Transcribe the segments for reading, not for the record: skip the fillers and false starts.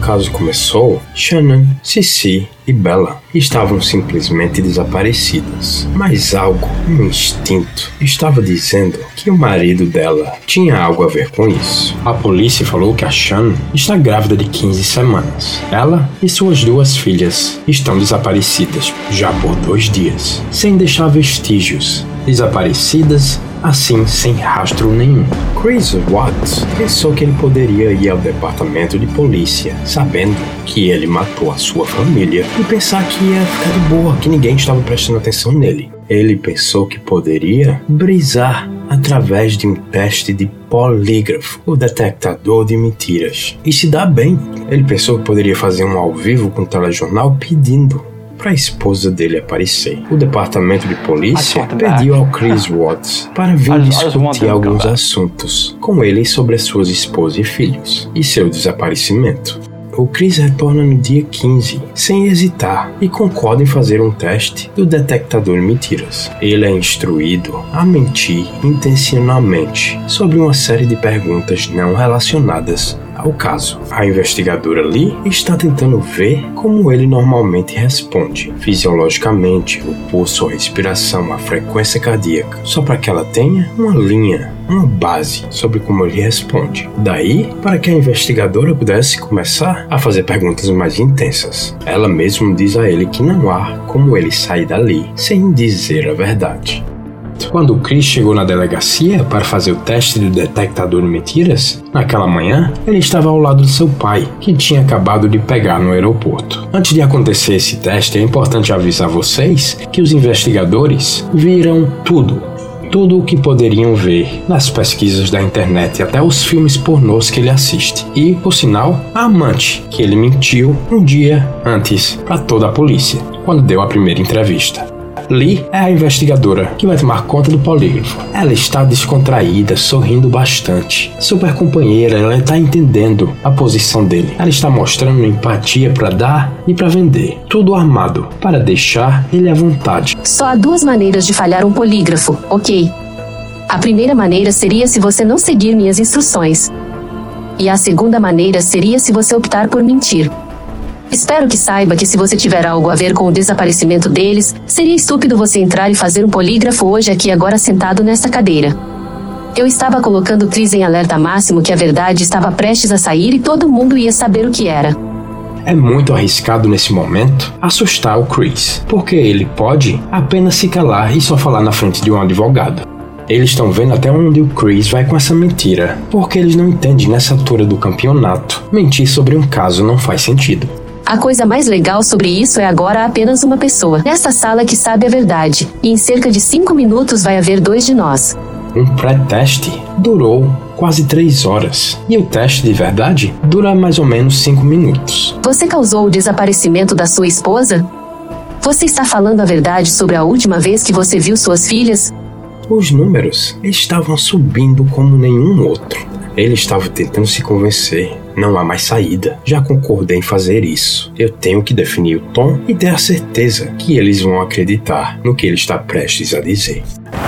caso começou, Shannon, Cici e Bella estavam simplesmente desaparecidas. Mas algo, um instinto, estava dizendo que o marido dela tinha algo a ver com isso. A polícia falou que a Shannon está grávida de 15 semanas. Ela e suas 2 filhas estão desaparecidas já por 2 dias, sem deixar vestígios. Desaparecidas, assim sem rastro nenhum. Chris Watts pensou que ele poderia ir ao departamento de polícia, sabendo que ele matou a sua família, e pensar que ia ficar de boa, que ninguém estava prestando atenção nele. Ele pensou que poderia brisar através de um teste de polígrafo, o detectador de mentiras, e se dar bem. Ele pensou que poderia fazer um ao vivo com o telejornal pedindo para a esposa dele aparecer. O departamento de polícia pediu ao Chris Watts para vir discutir alguns assuntos com ele sobre as suas esposas e filhos e seu desaparecimento. O Chris retorna no dia 15, sem hesitar, e concorda em fazer um teste do detectador de mentiras. Ele é instruído a mentir intencionalmente sobre uma série de perguntas não relacionadas ao caso. A investigadora Lee está tentando ver como ele normalmente responde, fisiologicamente, o pulso, a respiração, a frequência cardíaca, só para que ela tenha uma linha, uma base sobre como ele responde. Daí, para que a investigadora pudesse começar a fazer perguntas mais intensas. Ela mesma diz a ele que não há como ele sair dali sem dizer a verdade. Quando o Chris chegou na delegacia para fazer o teste do detectador de mentiras, naquela manhã, ele estava ao lado do seu pai, que tinha acabado de pegar no aeroporto. Antes de acontecer esse teste, é importante avisar vocês que os investigadores viram tudo o que poderiam ver nas pesquisas da internet e até os filmes pornôs que ele assiste. E, por sinal, a amante que ele mentiu um dia antes para toda a polícia, quando deu a primeira entrevista. Lee é a investigadora que vai tomar conta do polígrafo. Ela está descontraída, sorrindo bastante. Super companheira, ela está entendendo a posição dele. Ela está mostrando empatia para dar e para vender. Tudo armado para deixar ele à vontade. Só há 2 maneiras de falhar um polígrafo, ok? A primeira maneira seria se você não seguir minhas instruções. E a segunda maneira seria se você optar por mentir. Espero que saiba que se você tiver algo a ver com o desaparecimento deles, seria estúpido você entrar e fazer um polígrafo hoje aqui agora sentado nesta cadeira. Eu estava colocando Chris em alerta máximo que a verdade estava prestes a sair e todo mundo ia saber o que era. É muito arriscado nesse momento assustar o Chris, porque ele pode apenas se calar e só falar na frente de um advogado. Eles estão vendo até onde o Chris vai com essa mentira, porque eles não entendem nessa altura do campeonato. Mentir sobre um caso não faz sentido. A coisa mais legal sobre isso é agora apenas uma pessoa nessa sala que sabe a verdade, e em cerca de 5 minutos vai haver 2 de nós. Um pré-teste durou quase 3 horas, e o teste de verdade dura mais ou menos 5 minutos. Você causou o desaparecimento da sua esposa? Você está falando a verdade sobre a última vez que você viu suas filhas? Os números estavam subindo como nenhum outro. Ele estava tentando se convencer. Não há mais saída. Já concordei em fazer isso. Eu tenho que definir o tom e ter a certeza que eles vão acreditar no que ele está prestes a dizer.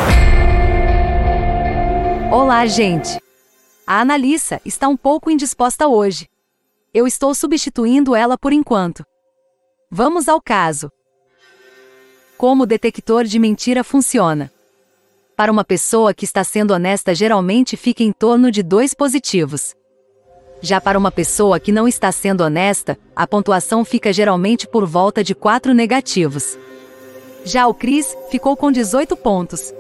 Olá, gente. A Analissa está um pouco indisposta hoje. Eu estou substituindo ela por enquanto. Vamos ao caso. Como o detector de mentira funciona? Para uma pessoa que está sendo honesta, geralmente fica em torno de 2 positivos. Já para uma pessoa que não está sendo honesta, a pontuação fica geralmente por volta de 4 negativos. Já o Chris ficou com 18 pontos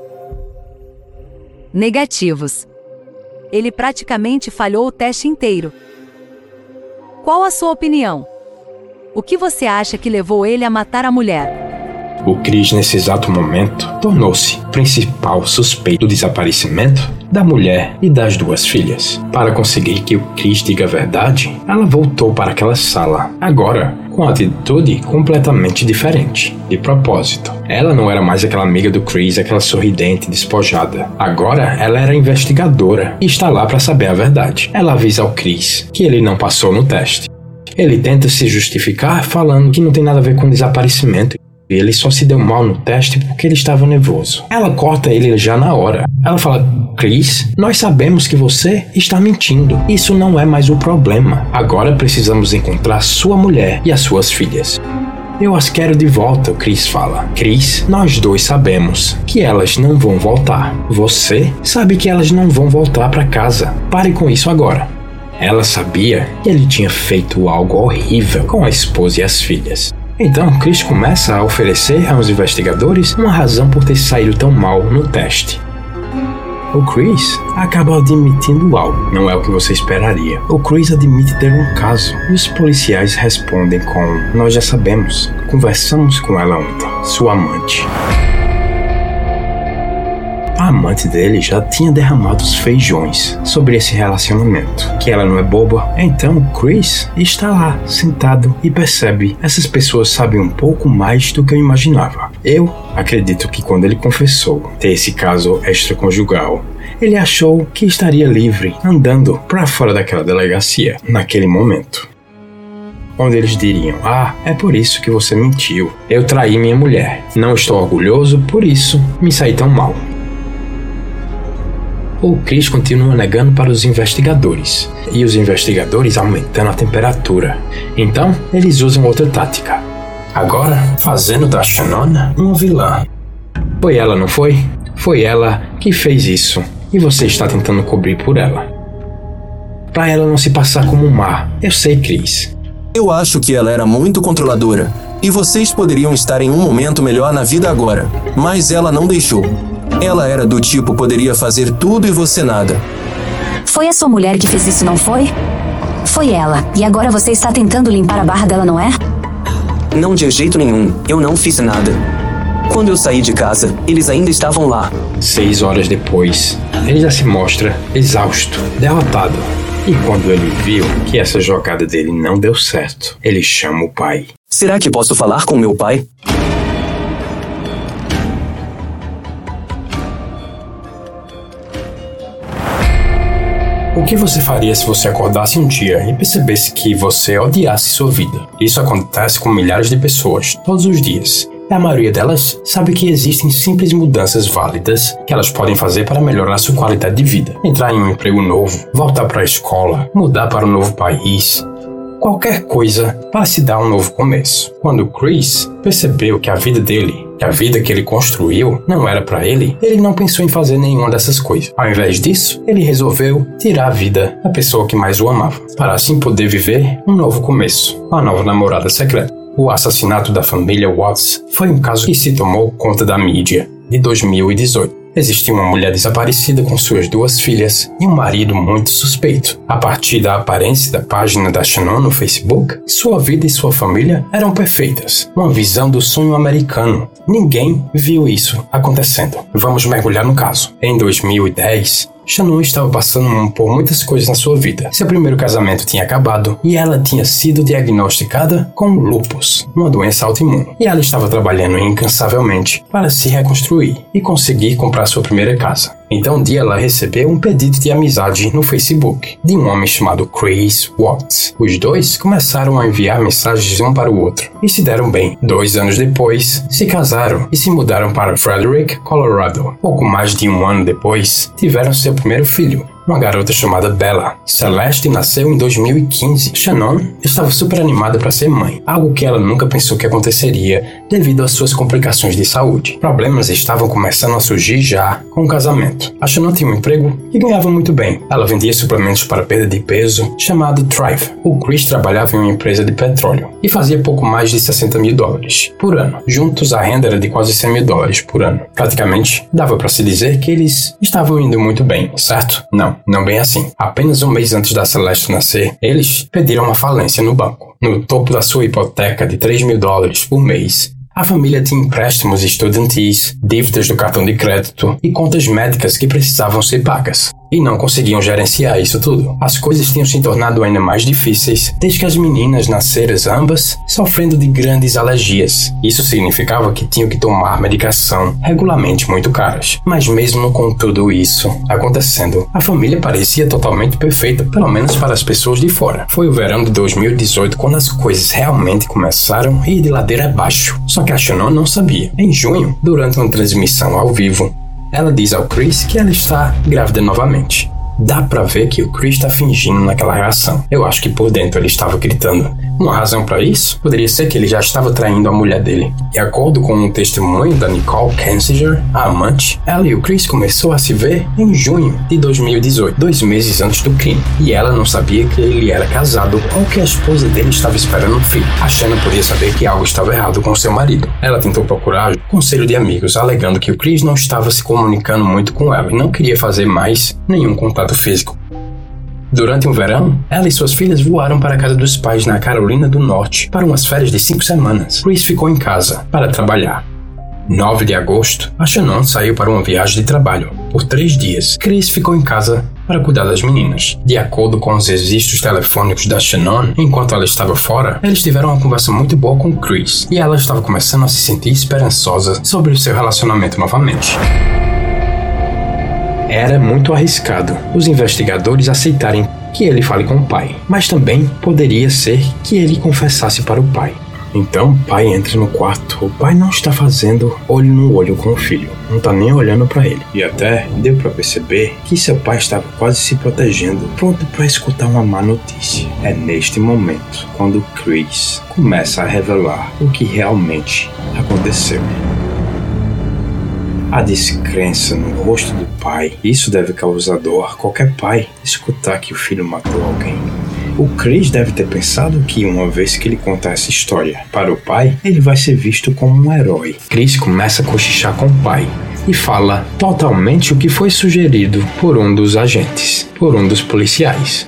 negativos. Ele praticamente falhou o teste inteiro. Qual a sua opinião? O que você acha que levou ele a matar a mulher? O Chris, nesse exato momento, tornou-se principal suspeito do desaparecimento da mulher e das 2 filhas. Para conseguir que o Chris diga a verdade, ela voltou para aquela sala, agora com uma atitude completamente diferente, de propósito. Ela não era mais aquela amiga do Chris, aquela sorridente, despojada. Agora, ela era investigadora e está lá para saber a verdade. Ela avisa ao Chris que ele não passou no teste. Ele tenta se justificar falando que não tem nada a ver com o desaparecimento Ele só se deu mal no teste porque ele estava nervoso. Ela corta ele já na hora. Ela fala: Chris, nós sabemos que você está mentindo. Isso não é mais o problema. Agora precisamos encontrar sua mulher e as suas filhas. Eu as quero de volta, o Chris fala. Chris, nós dois sabemos que elas não vão voltar. Você sabe que elas não vão voltar para casa. Pare com isso agora. Ela sabia que ele tinha feito algo horrível com a esposa e as filhas. Então, Chris começa a oferecer aos investigadores uma razão por ter saído tão mal no teste. O Chris acaba admitindo algo, não é o que você esperaria. O Chris admite ter um caso e os policiais respondem com: nós já sabemos, conversamos com ela ontem, sua amante. A amante dele já tinha derramado os feijões sobre esse relacionamento, que ela não é boba. Então Chris está lá, sentado, e percebe: essas pessoas sabem um pouco mais do que eu imaginava. Eu acredito que quando ele confessou ter esse caso extraconjugal, ele achou que estaria livre, andando para fora daquela delegacia, naquele momento. Onde eles diriam: ah, é por isso que você mentiu. Eu traí minha mulher. Não estou orgulhoso, por isso me saí tão mal. O Chris continua negando para os investigadores, e os investigadores aumentando a temperatura. Então, eles usam outra tática. Agora, fazendo da Shannon uma vilã. Foi ela, não foi? Foi ela que fez isso, e você está tentando cobrir por ela. Para ela não se passar como má. Eu sei, Chris. Eu acho que ela era muito controladora, e vocês poderiam estar em um momento melhor na vida agora, mas ela não deixou. Ela era do tipo poderia fazer tudo e você nada. Foi a sua mulher que fez isso, não foi? Foi ela. E agora você está tentando limpar a barra dela, não é? Não, de jeito nenhum. Eu não fiz nada. Quando eu saí de casa, eles ainda estavam lá. 6 horas depois, ele já se mostra exausto, derrotado. E quando ele viu que essa jogada dele não deu certo, ele chama o pai. Será que posso falar com meu pai? O que você faria se você acordasse um dia e percebesse que você odiasse sua vida? Isso acontece com milhares de pessoas, todos os dias. E a maioria delas sabe que existem simples mudanças válidas que elas podem fazer para melhorar sua qualidade de vida. Entrar em um emprego novo, voltar para a escola, mudar para um novo país. Qualquer coisa para se dar um novo começo. Quando Chris percebeu que a vida dele, que a vida que ele construiu, não era para ele, ele não pensou em fazer nenhuma dessas coisas. Ao invés disso, ele resolveu tirar a vida da pessoa que mais o amava, para assim poder viver um novo começo, uma nova namorada secreta. O assassinato da família Watts foi um caso que se tomou conta da mídia de 2018. Existia uma mulher desaparecida com suas 2 filhas e um marido muito suspeito. A partir da aparência da página da Shannon no Facebook, sua vida e sua família eram perfeitas. Uma visão do sonho americano. Ninguém viu isso acontecendo. Vamos mergulhar no caso. Em 2010, Shannon estava passando por muitas coisas na sua vida. Seu primeiro casamento tinha acabado e ela tinha sido diagnosticada com lúpus, uma doença autoimune. E ela estava trabalhando incansavelmente para se reconstruir e conseguir comprar sua primeira casa. Então um dia ela recebeu um pedido de amizade no Facebook de um homem chamado Chris Watts. Os dois começaram a enviar mensagens um para o outro e se deram bem. 2 anos depois, se casaram e se mudaram para Frederick, Colorado. Pouco mais de 1 ano depois, tiveram seu primeiro filho, uma garota chamada Bella. Celeste nasceu em 2015. Shannon estava super animada para ser mãe, algo que ela nunca pensou que aconteceria devido às suas complicações de saúde. Problemas estavam começando a surgir já com o casamento. A Shannon tinha um emprego e ganhava muito bem. Ela vendia suplementos para perda de peso chamado Thrive. O Chris trabalhava em uma empresa de petróleo e fazia pouco mais de $60 mil por ano. Juntos a renda era de quase $100 mil por ano. Praticamente dava para se dizer que eles estavam indo muito bem, certo? Não bem assim. Apenas um mês antes da Celeste nascer, eles pediram uma falência no banco. No topo da sua hipoteca de $3 mil por mês, a família tinha empréstimos estudantis, dívidas do cartão de crédito e contas médicas que precisavam ser pagas. e não conseguiam gerenciar isso tudo. As coisas tinham se tornado ainda mais difíceis desde que as meninas nasceram ambas sofrendo de grandes alergias. Isso significava que tinham que tomar medicação regularmente muito caras. Mas mesmo com tudo isso acontecendo, a família parecia totalmente perfeita, pelo menos para as pessoas de fora. Foi o verão de 2018 quando as coisas realmente começaram a ir de ladeira abaixo. Só que a Shannon não sabia. Em junho, durante uma transmissão ao vivo, ela diz ao Chris que ela está grávida novamente. Dá pra ver que o Chris está fingindo naquela reação. Eu acho que por dentro ele estava gritando. Uma razão para isso poderia ser que ele já estava traindo a mulher dele. De acordo com um testemunho da Nicole Kensinger, a amante, ela e o Chris começou a se ver em junho de 2018, 2 meses antes do crime. E ela não sabia que ele era casado ou que a esposa dele estava esperando um filho. A Shannon podia saber que algo estava errado com seu marido. Ela tentou procurar conselho de amigos, alegando que o Chris não estava se comunicando muito com ela e não queria fazer mais nenhum contato físico. Durante o verão, ela e suas filhas voaram para a casa dos pais na Carolina do Norte para umas férias de 5 semanas. Chris ficou em casa para trabalhar. 9 de agosto, a Shannon saiu para uma viagem de trabalho. Por 3 dias, Chris ficou em casa para cuidar das meninas. De acordo com os registros telefônicos da Shannon, enquanto ela estava fora, eles tiveram uma conversa muito boa com Chris e ela estava começando a se sentir esperançosa sobre o seu relacionamento novamente. Era muito arriscado os investigadores aceitarem que ele fale com o pai, mas também poderia ser que ele confessasse para o pai. Então o pai entra no quarto. O pai não está fazendo olho no olho com o filho, não está nem olhando para ele. E até deu para perceber que seu pai estava quase se protegendo, pronto para escutar uma má notícia. É neste momento quando Chris começa a revelar o que realmente aconteceu. A descrença no rosto do pai, isso deve causar dor a qualquer pai escutar que o filho matou alguém. O Chris deve ter pensado que uma vez que ele contar essa história para o pai, ele vai ser visto como um herói. Chris começa a cochichar com o pai e fala totalmente o que foi sugerido por um dos agentes, por um dos policiais.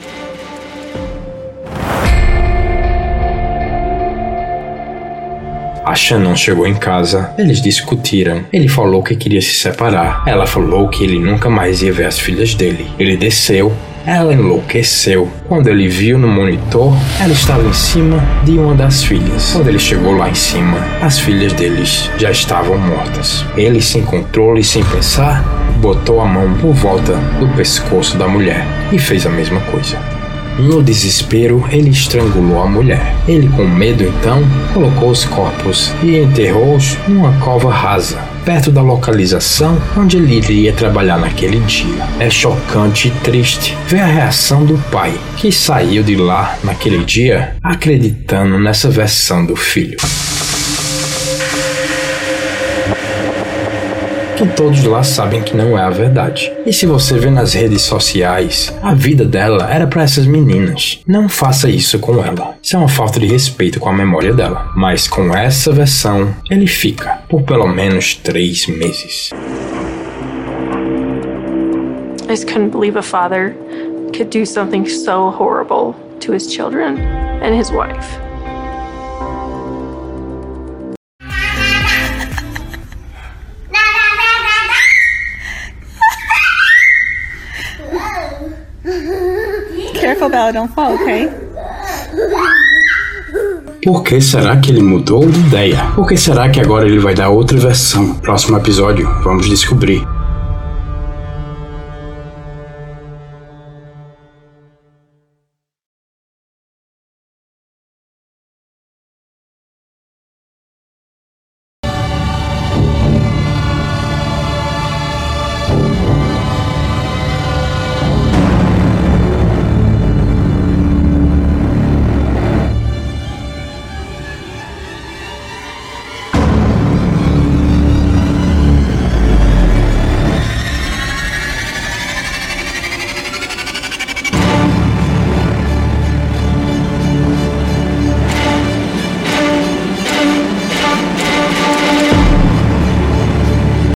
A Shannon chegou em casa, eles discutiram, ele falou que queria se separar, ela falou que ele nunca mais ia ver as filhas dele. Ele desceu, ela enlouqueceu. Quando ele viu no monitor, ela estava em cima de uma das filhas. Quando ele chegou lá em cima, as filhas deles já estavam mortas. Ele, sem controle e sem pensar, botou a mão por volta do pescoço da mulher e fez a mesma coisa. No desespero, ele estrangulou a mulher. Ele, com medo então, colocou os corpos e enterrou-os numa cova rasa, perto da localização onde ele iria trabalhar naquele dia. É chocante e triste ver a reação do pai, que saiu de lá naquele dia acreditando nessa versão do filho. Que todos lá sabem que não é a verdade. E se você vê nas redes sociais, a vida dela era para essas meninas. Não faça isso com ela. Isso é uma falta de respeito com a memória dela. Mas com essa versão, ele fica por pelo menos 3 meses. I just couldn't believe a father could do something so horrible to his children and his wife. Careful, Bella, don't fall, okay? Por que será que ele mudou de ideia? Por que será que agora ele vai dar outra versão? Próximo episódio, vamos descobrir.